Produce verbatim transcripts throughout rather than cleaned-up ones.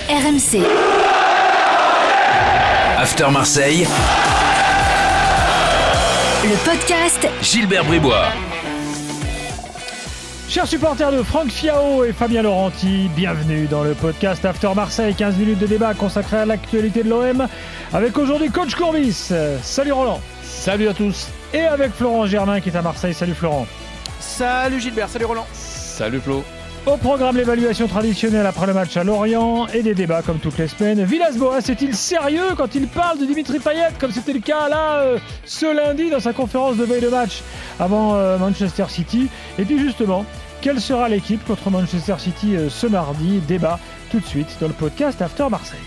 R M C. After Marseille. Le podcast Gilbert Bribois. Chers supporters de Franck Fiao et Fabien Laurenti, bienvenue dans le podcast After Marseille, quinze minutes de débat consacré à l'actualité de l'O M, avec aujourd'hui Coach Courbis. Salut Roland. Salut à tous. Et avec Florent Germain qui est à Marseille. Salut Florent. Salut Gilbert, salut Roland. Salut Flo. Au programme, l'évaluation traditionnelle après le match à Lorient et des débats comme toutes les semaines. Villas-Boas est-il sérieux quand il parle de Dimitri Payet, comme c'était le cas là euh, ce lundi dans sa conférence de veille de match avant euh, Manchester City? Et puis justement, quelle sera l'équipe contre Manchester City euh, ce mardi? Débat tout de suite dans le podcast After Marseille.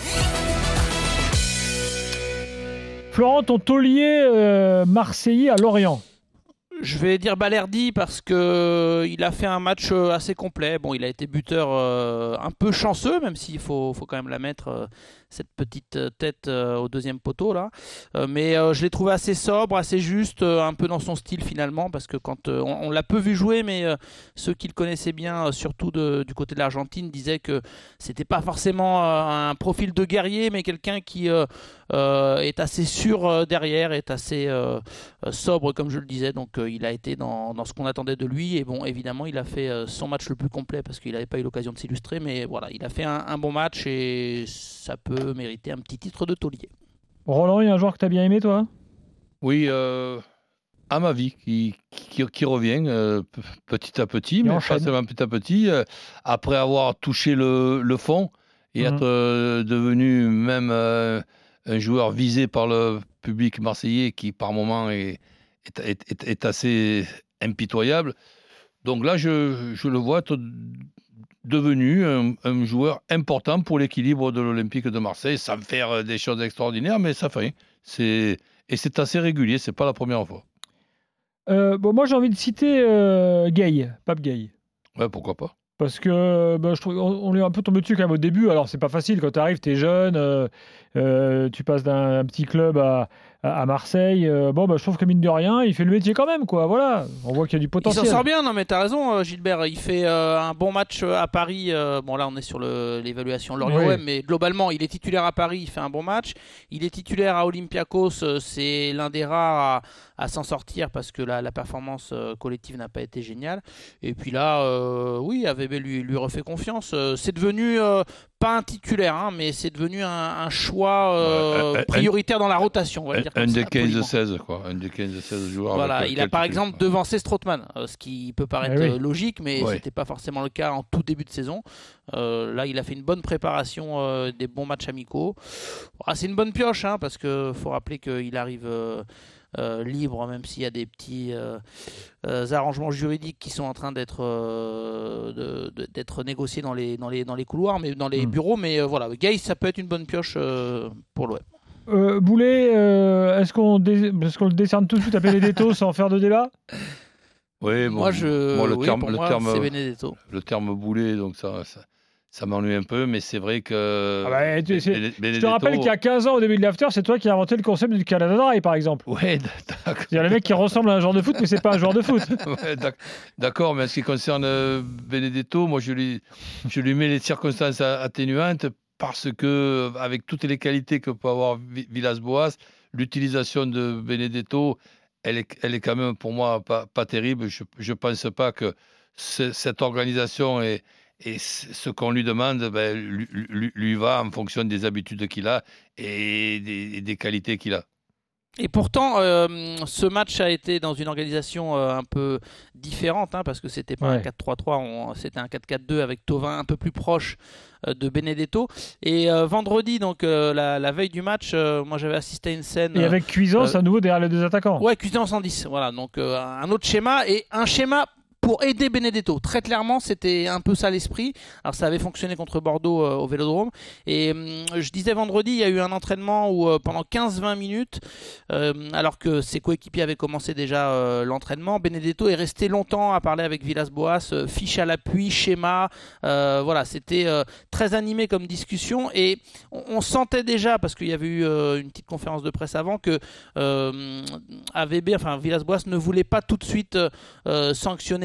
Florent, ton taulier euh, marseillais à Lorient. Je vais dire Balerdi parce que il a fait un match assez complet. Bon, il a été buteur euh, un peu chanceux, même s'il faut, faut quand même la mettre, euh, cette petite tête euh, au deuxième poteau là. Euh, mais euh, je l'ai trouvé assez sobre, assez juste, euh, un peu dans son style finalement, parce que quand euh, on, on l'a peu vu jouer, mais euh, ceux qui le connaissaient bien, euh, surtout de, du côté de l'Argentine, disaient que c'était pas forcément euh, un profil de guerrier, mais quelqu'un qui euh, euh, est assez sûr euh, derrière, est assez euh, euh, sobre comme je le disais. Donc euh, il a été dans, dans ce qu'on attendait de lui, et bon, évidemment il a fait euh, son match le plus complet parce qu'il n'avait pas eu l'occasion de s'illustrer, mais voilà, il a fait un, un bon match et ça peut mériter un petit titre de taulier. Roland, il y a un joueur que tu as bien aimé toi? Oui, euh, à ma vie, qui, qui, qui revient euh, petit à petit, il mais enchaîne. pas seulement petit à petit, euh, après avoir touché le, le fond et mmh. être euh, devenu même euh, un joueur visé par le public marseillais qui par moment est Est, est, est assez impitoyable. Donc là, je, je le vois être devenu un, un joueur important pour l'équilibre de l'Olympique de Marseille, sans faire des choses extraordinaires, mais ça fait. C'est, et c'est assez régulier, c'est pas la première fois. Euh, bon, moi, j'ai envie de citer euh, Gay, Pape Gay. Ouais, pourquoi pas. Parce que bah, je trouve on est un peu tombé dessus quand même au début. Alors, c'est pas facile quand tu arrives, tu es jeune, euh, euh, tu passes d'un un petit club à, à Marseille. Euh, bon, bah, je trouve que mine de rien, il fait le métier quand même, quoi. Voilà, on voit qu'il y a du potentiel. Il s'en sort bien, non mais t'as raison, Gilbert. Il fait euh, un bon match à Paris. Euh, bon, là, on est sur le, l'évaluation Lorient, oui. Mais globalement, il est titulaire à Paris, il fait un bon match. Il est titulaire à Olympiakos, c'est l'un des rares à, à s'en sortir parce que la, la performance collective n'a pas été géniale. Et puis là, euh, oui, A V B lui, lui refait confiance. Euh, c'est devenu euh, pas un titulaire, hein, mais c'est devenu un, un choix euh, ouais, prioritaire un, dans la rotation. On va un, dire un des quinze seize, quoi. Un des quinze seize joueurs. Voilà, il a par exemple quoi. devancé Strootman, euh, ce qui peut paraître oui. logique, mais ouais. c'était pas forcément le cas en tout début de saison. Euh, là, il a fait une bonne préparation, euh, des bons matchs amicaux. Ah, c'est une bonne pioche, hein, parce qu'il faut rappeler qu'il arrive euh, euh, libre, même s'il y a des petits euh, euh, arrangements juridiques qui sont en train d'être, euh, de, de, d'être négociés dans les, dans, les, dans les couloirs, mais dans les mmh. bureaux. Mais euh, voilà, Gay, ça peut être une bonne pioche euh, pour l'O M. Euh, Boulet, euh, est-ce, qu'on dé... est-ce qu'on le décerne tout de suite à Benedetto sans faire de débat? Oui, bon, moi, je... bon, le, oui, terme, pour le, moi, terme, c'est Benedetto. Le terme Boulet, donc ça, ça, ça m'ennuie un peu, mais c'est vrai que... Ah bah, tu, Benedetto... Je te rappelle qu'il y a quinze ans, au début de l'After, c'est toi qui as inventé le concept du Canada Dry, par exemple. Oui, d'accord. C'est-à-dire le mec qui ressemble à un joueur de foot, mais c'est pas un joueur de foot. Ouais, d'accord, mais en ce qui concerne Benedetto, moi, je lui, je lui mets les circonstances atténuantes, parce que, avec toutes les qualités que peut avoir Villas-Boas, l'utilisation de Benedetto, elle est, elle est quand même pour moi pas, pas terrible. Je ne pense pas que ce, cette organisation et, et ce qu'on lui demande ben, lui, lui, lui va en fonction des habitudes qu'il a et des, et des qualités qu'il a. Et pourtant, euh, ce match a été dans une organisation euh, un peu différente, hein, parce que c'était pas ouais. un quatre trois trois, on, c'était un quatre quatre deux avec Thauvin un peu plus proche euh, de Benedetto. Et euh, vendredi, donc euh, la, la veille du match, euh, moi j'avais assisté à une scène. Et avec Cuisance euh, à nouveau derrière les deux attaquants. Ouais, Cuisance en dix. Voilà, donc euh, un autre schéma et un schéma pour aider Benedetto. Très clairement, c'était un peu ça l'esprit. Alors ça avait fonctionné contre Bordeaux euh, au Vélodrome. Et euh, je disais vendredi, il y a eu un entraînement où euh, pendant quinze vingt minutes, euh, alors que ses coéquipiers avaient commencé déjà euh, l'entraînement, Benedetto est resté longtemps à parler avec Villas-Boas, euh, fiche à l'appui, schéma. Euh, voilà, c'était euh, très animé comme discussion. Et on, on sentait déjà, parce qu'il y avait eu euh, une petite conférence de presse avant, que euh, A V B, enfin Villas-Boas ne voulait pas tout de suite euh, sanctionner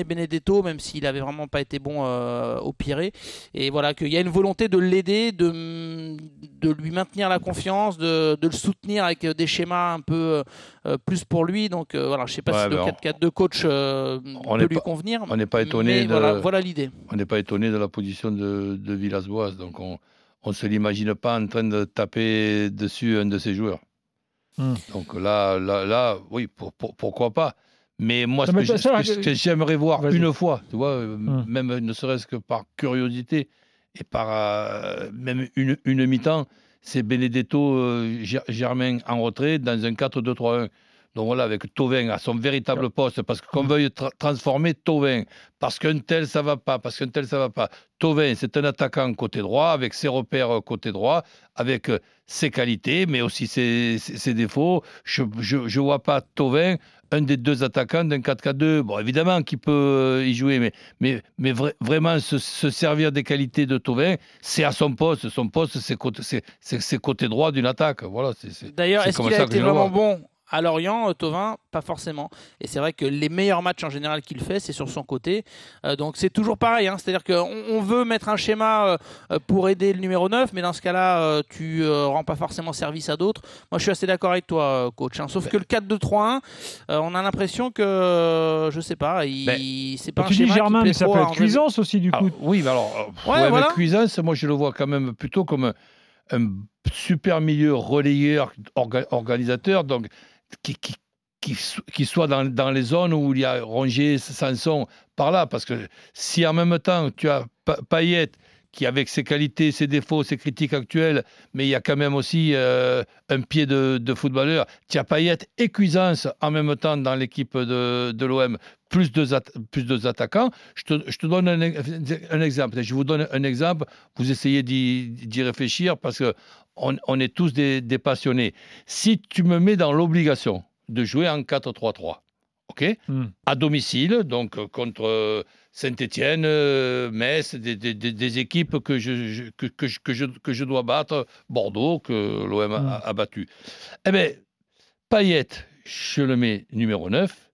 Benedetto, même s'il avait vraiment pas été bon euh, au Pirée. Et voilà, qu'il y a une volonté de l'aider, de, de lui maintenir la confiance, de, de le soutenir avec des schémas un peu euh, plus pour lui. Donc euh, voilà, je sais pas ouais, si le quatre quatre deux coach euh, peut lui pas, convenir. On n'est pas étonné. De, voilà, voilà l'idée. On n'est pas étonné de la position de, de Villas-Boas. Donc on ne se l'imagine pas en train de taper dessus un de ses joueurs. Hum. Donc là, là, là, oui, pour, pour, pourquoi pas. Mais moi, ce que, je, ça, ce que j'aimerais voir vas-y. une fois, tu vois, hum. même ne serait-ce que par curiosité et par euh, même une, une mi-temps, c'est Benedetto euh, Germain en retrait dans un quatre deux trois un. Donc voilà, avec Thauvin à son véritable poste, parce qu'on veuille tra- transformer Thauvin, parce qu'un tel ça va pas, parce qu'un tel ça va pas. Thauvin, c'est un attaquant côté droit, avec ses repères côté droit, avec ses qualités, mais aussi ses, ses, ses défauts. Je ne vois pas Thauvin, un des deux attaquants d'un quatre quatre deux. Bon, évidemment qu'il peut y jouer, mais, mais, mais vra- vraiment se, se servir des qualités de Thauvin, c'est à son poste. Son poste, c'est côté, c'est, c'est, c'est côté droit d'une attaque. Voilà, c'est, c'est, D'ailleurs, c'est est-ce qu'il a été vraiment bon à Lorient, Thauvin, pas forcément. Et c'est vrai que les meilleurs matchs en général qu'il fait, c'est sur son côté. Euh, donc c'est toujours pareil. Hein. C'est-à-dire qu'on on veut mettre un schéma euh, pour aider le numéro neuf, mais dans ce cas-là, euh, tu euh, rends pas forcément service à d'autres. Moi, je suis assez d'accord avec toi, coach. Hein. Sauf ben. que le quatre deux trois un, euh, on a l'impression que, euh, je sais pas, il, ben. c'est pas ben, un tu schéma dis Germain, qui mais ça peut être Cuisance aussi, du coup. Alors, oui, mais alors, euh, ouais, ouais, voilà. Cuisance, moi, je le vois quand même plutôt comme un, un super milieu relayeur, orga, organisateur, donc qui, qui Qui, qui soit dans, dans les zones où il y a Rongier, Sanson, par là. Parce que si en même temps, tu as Payet, qui avec ses qualités, ses défauts, ses critiques actuelles, mais il y a quand même aussi euh, un pied de, de footballeur, tu as Payet et Cuisance en même temps dans l'équipe de, de l'O M, plus deux, at- plus deux attaquants. Je te, je te donne un, un exemple. Je vous donne un exemple. Vous essayez d'y, d'y réfléchir parce qu'on on est tous des, des passionnés. Si tu me mets dans l'obligation de jouer en quatre trois trois, ok, mm. à domicile, donc euh, contre euh, Saint-Étienne, euh, Metz, des, des, des équipes que je, je, que, que, je, que, je, que je dois battre, Bordeaux, que l'O M mm. a, a battu. Eh bien, Payet, je le mets numéro neuf.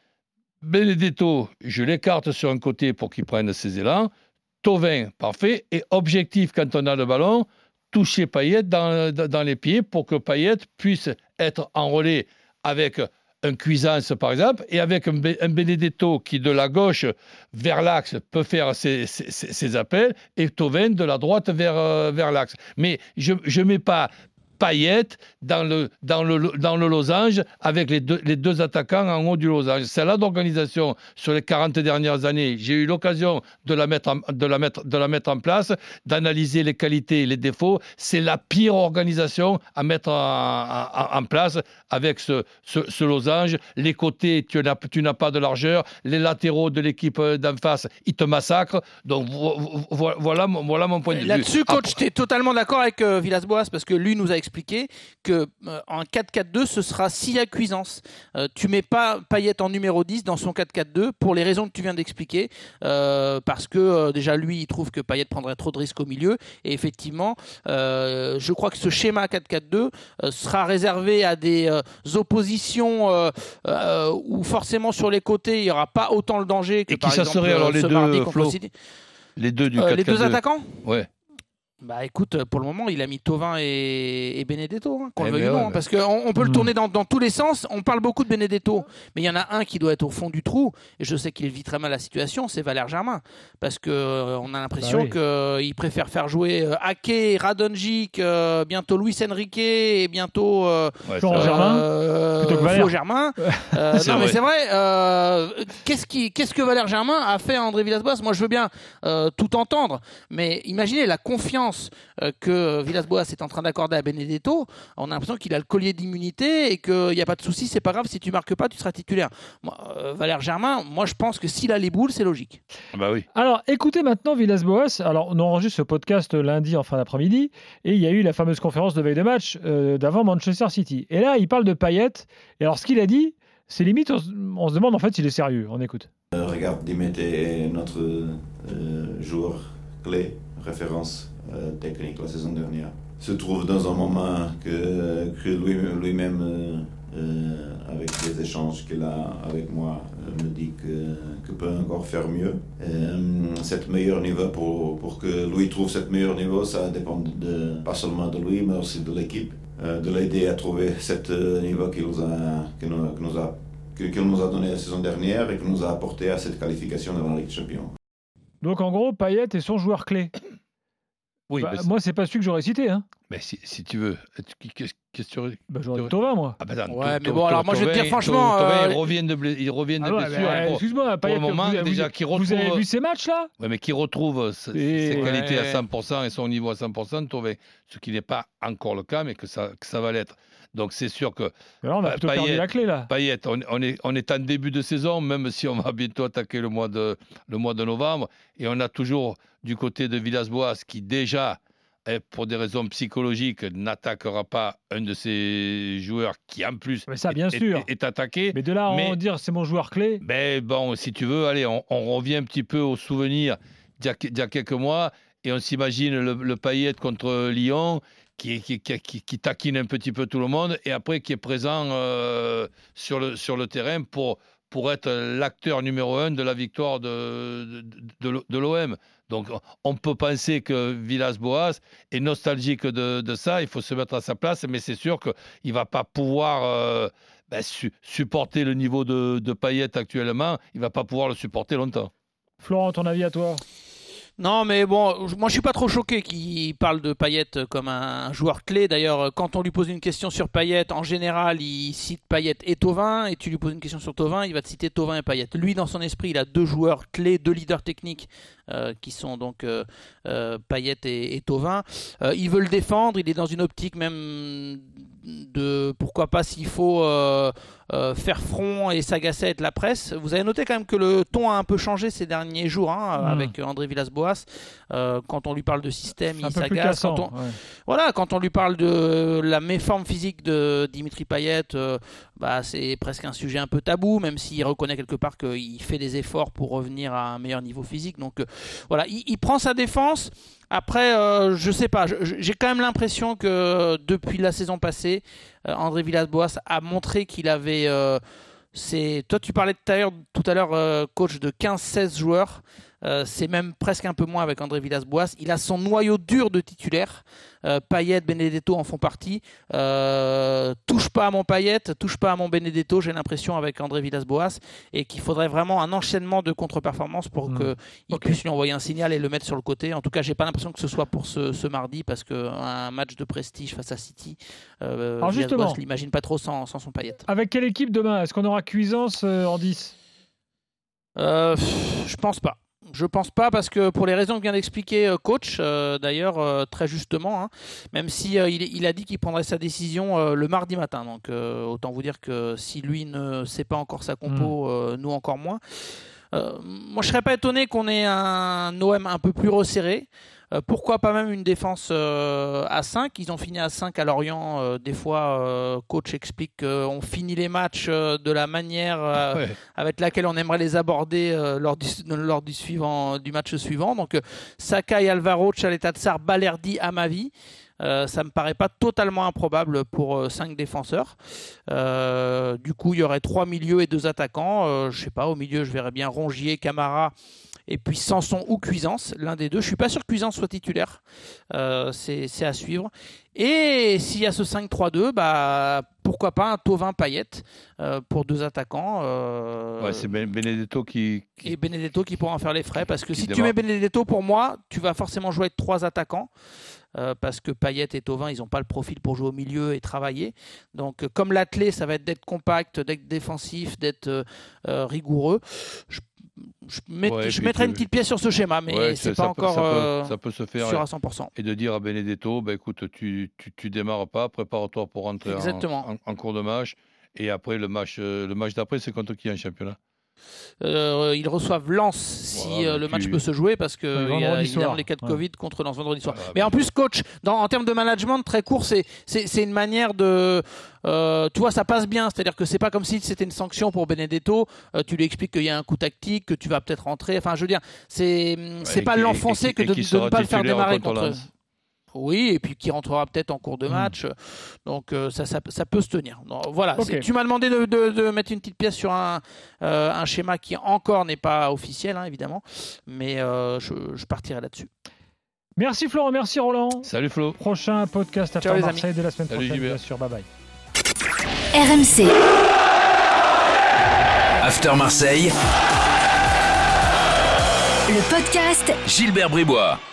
Benedetto, je l'écarte sur un côté pour qu'il prenne ses élans. Thauvin, parfait. Et objectif, quand on a le ballon, toucher Payet dans, dans les pieds pour que Payet puisse être en relais avec un Cuisance, par exemple, et avec un, un Benedetto qui, de la gauche vers l'axe, peut faire ses, ses, ses appels, et Thauvin de la droite vers, euh, vers l'axe. Mais je ne mets pas Payet dans le, dans, le, dans le losange avec les deux, les deux attaquants en haut du losange. Celle-là d'organisation sur les quarante dernières années, j'ai eu l'occasion de la mettre en, de la mettre, de la mettre en place, d'analyser les qualités et les défauts. C'est la pire organisation à mettre en, en, en place avec ce, ce, ce losange. Les côtés, tu n'as, tu n'as pas de largeur. Les latéraux de l'équipe d'en face, ils te massacrent. Donc voilà, voilà, voilà mon point de vue. Là-dessus, coach, tu es totalement d'accord avec euh, Villas-Boas parce que lui nous a expliqué expliqué que euh, en quatre quatre deux, ce sera s'il y a Cuisance. Euh, tu mets pas Payet en numéro dix dans son quatre quatre deux pour les raisons que tu viens d'expliquer, euh, parce que euh, déjà lui, il trouve que Payet prendrait trop de risques au milieu. Et effectivement, euh, je crois que ce schéma quatre quatre deux euh, sera réservé à des euh, oppositions euh, euh, où forcément sur les côtés, il n'y aura pas autant le danger que et par qui exemple ça serait alors les deux, Flo, les deux du euh, quatre quatre deux. Les deux attaquants. Ouais. Bah écoute, pour le moment, il a mis Thauvin et, et Benedetto, hein, qu'on eh le veuille ou non, ouais, hein, mais... parce qu'on on peut mmh. le tourner dans, dans tous les sens. On parle beaucoup de Benedetto, mais il y en a un qui doit être au fond du trou, et je sais qu'il vit très mal la situation, c'est Valère Germain, parce qu'on euh, a l'impression bah oui. qu'il euh, préfère faire jouer euh, Ake, Radonjic, euh, bientôt Luis Enrique, et bientôt euh, ouais, Florent Germain, euh, plutôt que Flo Germain. Euh, non vrai. mais c'est vrai, euh, qu'est-ce, qui, qu'est-ce que Valère Germain a fait à André Villas-Boas ? Moi je veux bien euh, tout entendre, mais imaginez la confiance euh, que que Villas-Boas est en train d'accorder à Benedetto. On a l'impression qu'il a le collier d'immunité et qu'il n'y a pas de souci, c'est pas grave, si tu marques pas, tu seras titulaire. Moi, euh, Valère Germain, moi je pense que s'il a les boules, c'est logique. Bah oui. Alors écoutez maintenant Villas-Boas. Alors on enregistre ce podcast lundi en fin d'après-midi et il y a eu la fameuse conférence de veille de match euh, d'avant Manchester City. Et là il parle de Payet. Et alors ce qu'il a dit, c'est limite, on, on se demande en fait s'il est sérieux. On écoute. Euh, regarde, Dimet est notre euh, joueur clé, référence Euh, technique la saison dernière, se trouve dans un moment que, que lui, lui-même, euh, euh, avec les échanges qu'il a avec moi, me dit que, que peut encore faire mieux. Euh, cet meilleur niveau, pour, pour que lui trouve ce meilleur niveau, ça dépend de, pas seulement de lui, mais aussi de l'équipe. Euh, de l'aider à trouver ce niveau qu'il nous a, qu'il nous, qu'il nous a, qu'il nous a donné la saison dernière et qu'il nous a apporté à cette qualification devant la Ligue des Champions. Donc en gros, Payet est son joueur clé. Oui, bah, moi, c'est pas celui que j'aurais cité. Hein. Mais si, si tu veux, qu'est-ce que tu aurais bah, J'aurais Thauvin, moi. Ah bah, attends, ouais, mais bon, alors moi, je vais te dire franchement. Thauvin, il revient de, bla... il revient de ah ouais, blessure. Bah, excuse-moi, Payet, pour le moment, vous, déjà, vous, qui retrouve... vous avez vu ces matchs-là? Oui, mais qui retrouve ses, et... ses qualités ouais. à cent pour cent et son niveau à cent pour cent, Thauvin. Ce qui n'est pas encore le cas, mais que ça, que ça va l'être. Donc c'est sûr que mais là, on a plutôt Payet, perdu la clé là. Payet, on, on, est, on est en début de saison, même si on va bientôt attaquer le mois de, le mois de novembre. Et on a toujours du côté de Villas-Boas qui déjà, pour des raisons psychologiques, n'attaquera pas un de ces joueurs qui en plus mais ça, bien est, sûr. Est, est attaqué. Mais de là à mais, en dire c'est mon joueur clé. Mais bon, si tu veux, allez, on, on revient un petit peu au souvenir d'il y a quelques mois et on s'imagine le, le Payet contre Lyon. Qui, qui, qui, qui taquine un petit peu tout le monde et après qui est présent euh, sur, le, sur le terrain pour, pour être l'acteur numéro un de la victoire de, de, de, de l'O M. Donc on peut penser que Villas-Boas est nostalgique de, de ça, il faut se mettre à sa place, mais c'est sûr qu'il ne va pas pouvoir euh, ben, su, supporter le niveau de, de Payet actuellement, il ne va pas pouvoir le supporter longtemps. Florent, ton avis à toi ? Non, mais bon, moi je suis pas trop choqué qu'il parle de Payet comme un joueur clé. D'ailleurs, quand on lui pose une question sur Payet, en général, il cite Payet et Thauvin. Et tu lui poses une question sur Thauvin, il va te citer Thauvin et Payet. Lui, dans son esprit, il a deux joueurs clés, deux leaders techniques euh, qui sont donc euh, euh, Payet et, et Thauvin. Euh, il veut le défendre. Il est dans une optique même de pourquoi pas s'il faut euh, euh, faire front et s'agacer avec la presse. Vous avez noté quand même que le ton a un peu changé ces derniers jours hein, mmh. avec André Villas-Boas. Euh, quand on lui parle de système, il s'agace. Quand on... ouais. Voilà, quand on lui parle de la méforme physique de Dimitri Payet, euh, bah, c'est presque un sujet un peu tabou, même s'il reconnaît quelque part qu'il fait des efforts pour revenir à un meilleur niveau physique. Donc euh, voilà, il, il prend sa défense. Après, euh, je sais pas, je, j'ai quand même l'impression que depuis la saison passée, euh, André Villas-Boas a montré qu'il avait... Euh, c'est... Toi, tu parlais tout à l'heure, tout à l'heure euh, coach, de quinze seize joueurs. Euh, c'est même presque un peu moins avec André Villas-Boas. Il a son noyau dur de titulaires. Euh, Payet, Benedetto en font partie. Euh, touche pas à mon Payet, touche pas à mon Benedetto, j'ai l'impression, avec André Villas-Boas. Et qu'il faudrait vraiment un enchaînement de contre-performances pour mmh. qu'il okay. puisse lui envoyer un signal et le mettre sur le côté. En tout cas, j'ai pas l'impression que ce soit pour ce, ce mardi, parce qu'un match de prestige face à City, euh, Alors Villas-Boas ne l'imagine pas trop sans, sans son Payet. Avec quelle équipe demain ? Est-ce qu'on aura Cuisance euh, en dix ? euh, pff, Je pense pas. Je pense pas, parce que pour les raisons que vient d'expliquer euh, coach, euh, d'ailleurs euh, très justement, hein, même si euh, il, il a dit qu'il prendrait sa décision euh, le mardi matin. Donc euh, autant vous dire que si lui ne sait pas encore sa compo, mmh. euh, nous encore moins. Euh, moi je serais pas étonné qu'on ait un O M un peu plus resserré. Euh, pourquoi pas même une défense euh, à cinq ? Ils ont fini à cinq à Lorient. Euh, des fois, euh, coach explique qu'on finit les matchs euh, de la manière euh, ouais. avec laquelle on aimerait les aborder euh, lors, du, lors du, suivant, du match suivant. Donc, euh, Sakai, Alvaro, Tchaleta-Tsar, Balerdi, Amavi. Euh, ça me paraît pas totalement improbable pour euh, cinq défenseurs. Euh, du coup, il y aurait trois milieux et deux attaquants. Euh, je sais pas, au milieu, je verrais bien Rongier, Camara. Et puis Sanson ou Cuisance, l'un des deux. Je ne suis pas sûr que Cuisance soit titulaire. Euh, c'est, c'est à suivre. Et s'il y a ce cinq trois deux, bah, pourquoi pas un Thauvin Payet euh, pour deux attaquants. Euh... Ouais, c'est Benedetto qui, qui... Et Benedetto qui pourra en faire les frais. Parce que si démarre. Tu mets Benedetto, pour moi, tu vas forcément jouer avec trois attaquants. Euh, parce que Payet et Thauvin, ils n'ont pas le profil pour jouer au milieu et travailler. Donc, euh, comme l'athlé, ça va être d'être compact, d'être défensif, d'être euh, euh, rigoureux. Je Je, met, ouais, je mettrai tu... une petite pièce sur ce schéma, mais ouais, c'est pas encore peut, ça, euh, peut, ça peut se faire sûr à cent pour cent. Et de dire à Benedetto, bah, écoute, tu, tu, tu démarres pas, prépare-toi pour rentrer en, en, en cours de match. Et après, le match, euh, le match d'après, c'est contre qui en championnat ? Euh, ils reçoivent Lens si voilà, euh, le tu... match peut se jouer, parce qu'il y a évidemment les cas de Covid ouais. contre Lens vendredi soir. Ah, mais en plus, coach, dans, en termes de management très court, c'est, c'est, c'est une manière de... Euh, tu vois, ça passe bien, c'est-à-dire que c'est pas comme si c'était une sanction pour Benedetto. Euh, tu lui expliques qu'il y a un coup tactique, que tu vas peut-être rentrer. Enfin, je veux dire, c'est, c'est ouais, pas l'enfoncer que de, de ne pas le faire démarrer contre... Lens. Oui, et puis qui rentrera peut-être en cours de match. Mmh. Donc euh, ça, ça, ça peut se tenir. Donc, voilà. Okay. Tu m'as demandé de, de, de mettre une petite pièce sur un, euh, un schéma qui encore n'est pas officiel, hein, évidemment. Mais euh, je, je partirai là-dessus. Merci Florent, merci Roland. Salut Flo. Prochain podcast After Marseille de la semaine Salut, prochaine, bien sûr. Bye bye. R M C. After Marseille. Le podcast Gilbert Bribois.